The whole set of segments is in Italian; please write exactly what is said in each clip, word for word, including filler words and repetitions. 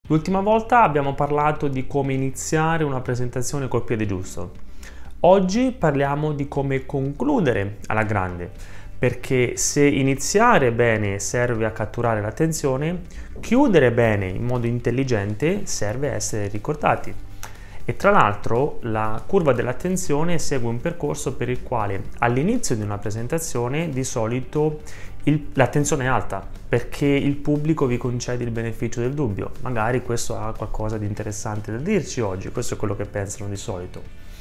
L'ultima volta abbiamo parlato di come iniziare una presentazione col piede giusto. Oggi parliamo di come concludere alla grande, perché se iniziare bene serve a catturare l'attenzione, chiudere bene in modo intelligente serve a essere ricordati. E tra l'altro la curva dell'attenzione segue un percorso per il quale all'inizio di una presentazione di solito il, l'attenzione è alta perché il pubblico vi concede il beneficio del dubbio. Magari questo ha qualcosa di interessante da dirci oggi, questo è quello che pensano di solito.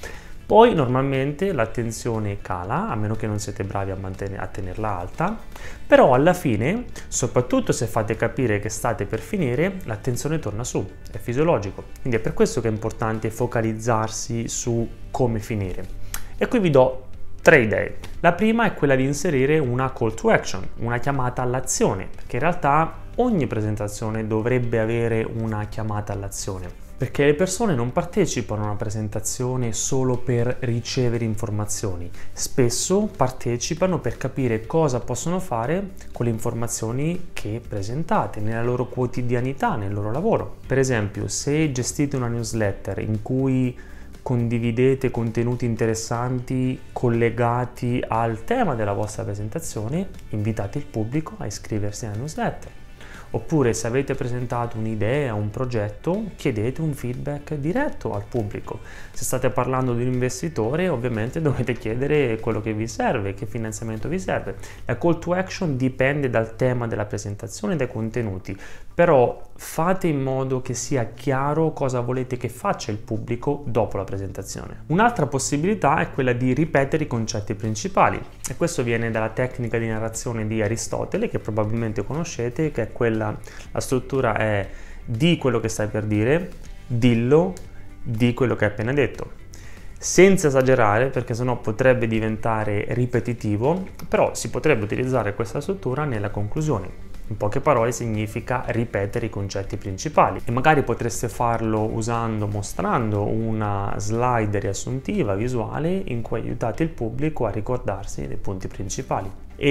Poi normalmente l'attenzione cala, a meno che non siete bravi a, manten- a tenerla alta, però alla fine, soprattutto se fate capire che state per finire, l'attenzione torna su, è fisiologico. Quindi è per questo che è importante focalizzarsi su come finire. E qui vi do tre idee. La prima è quella di inserire una call to action, una chiamata all'azione, perché in realtà ogni presentazione dovrebbe avere una chiamata all'azione. Perché le persone non partecipano a una presentazione solo per ricevere informazioni, spesso partecipano per capire cosa possono fare con le informazioni che presentate nella loro quotidianità, nel loro lavoro. Per esempio, se gestite una newsletter in cui condividete contenuti interessanti collegati al tema della vostra presentazione, invitate il pubblico a iscriversi alla newsletter. Oppure se avete presentato un'idea, un progetto, chiedete un feedback diretto al pubblico. Se state parlando di un investitore, ovviamente dovete chiedere quello che vi serve, che finanziamento vi serve. La call to action dipende dal tema della presentazione e dai contenuti, però fate in modo che sia chiaro cosa volete che faccia il pubblico dopo la presentazione. Un'altra possibilità è quella di ripetere i concetti principali, e questo viene dalla tecnica di narrazione di Aristotele, che probabilmente conoscete, che è quella, la struttura è di quello che stai per dire, dillo, di quello che hai appena detto. Senza esagerare, perché sennò potrebbe diventare ripetitivo, però si potrebbe utilizzare questa struttura nella conclusione. In poche parole significa ripetere i concetti principali, e magari potreste farlo usando, mostrando una slide riassuntiva visuale in cui aiutate il pubblico a ricordarsi dei punti principali.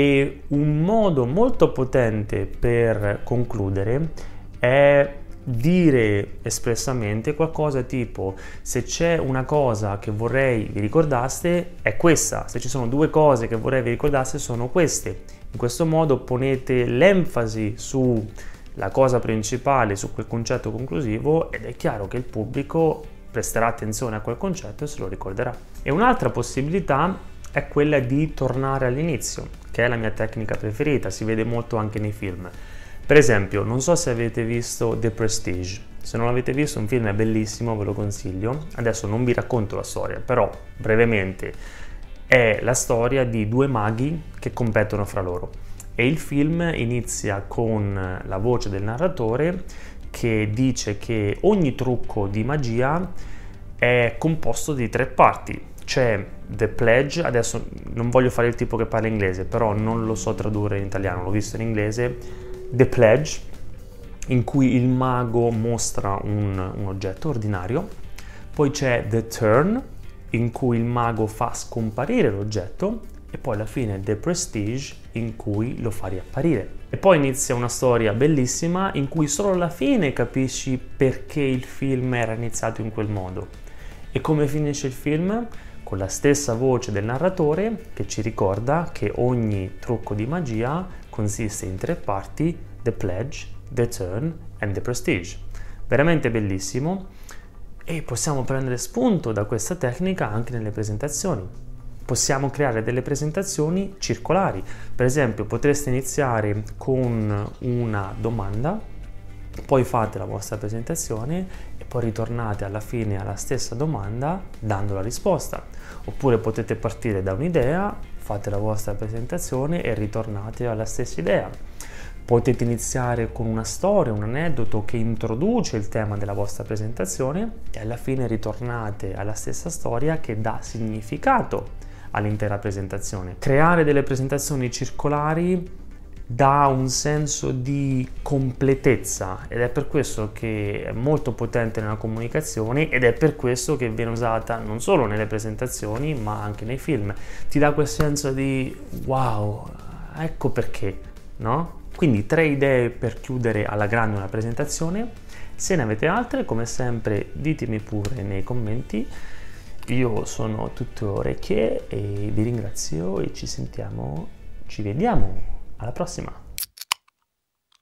E un modo molto potente per concludere è dire espressamente qualcosa tipo: se c'è una cosa che vorrei vi ricordaste è questa, se ci sono due cose che vorrei vi ricordaste sono queste. In questo modo ponete l'enfasi sulla cosa principale, su quel concetto conclusivo, ed è chiaro che il pubblico presterà attenzione a quel concetto e se lo ricorderà. E un'altra possibilità è quella di tornare all'inizio, che è la mia tecnica preferita, si vede molto anche nei film. Per esempio, non so se avete visto The Prestige. Se non l'avete visto, un film è bellissimo, ve lo consiglio. Adesso non vi racconto la storia, però brevemente è la storia di due maghi che competono fra loro, e il film inizia con la voce del narratore che dice che ogni trucco di magia è composto di tre parti. C'è The Pledge, adesso non voglio fare il tipo che parla inglese, però non lo so tradurre in italiano, l'ho visto in inglese. The Pledge, in cui il mago mostra un, un oggetto ordinario. Poi c'è The Turn, in cui il mago fa scomparire l'oggetto, e poi alla fine The Prestige, in cui lo fa riapparire. E poi inizia una storia bellissima in cui solo alla fine capisci perché il film era iniziato in quel modo. E come finisce il film? Con la stessa voce del narratore che ci ricorda che ogni trucco di magia consiste in tre parti: The Pledge, The Turn and The Prestige. Veramente bellissimo. E possiamo prendere spunto da questa tecnica anche nelle presentazioni. Possiamo creare delle presentazioni circolari. Per esempio, potreste iniziare con una domanda, poi fate la vostra presentazione e poi ritornate alla fine alla stessa domanda dando la risposta. Oppure potete partire da un'idea, fate la vostra presentazione e ritornate alla stessa idea. Potete iniziare con una storia, un aneddoto che introduce il tema della vostra presentazione, e alla fine ritornate alla stessa storia che dà significato all'intera presentazione. Creare delle presentazioni circolari dà un senso di completezza, ed è per questo che è molto potente nella comunicazione, ed è per questo che viene usata non solo nelle presentazioni ma anche nei film. Ti dà quel senso di wow, ecco perché, no? Quindi tre idee per chiudere alla grande una presentazione. Se ne avete altre, come sempre, ditemi pure nei commenti. Io sono tutto orecchie e vi ringrazio e ci sentiamo, ci vediamo alla prossima!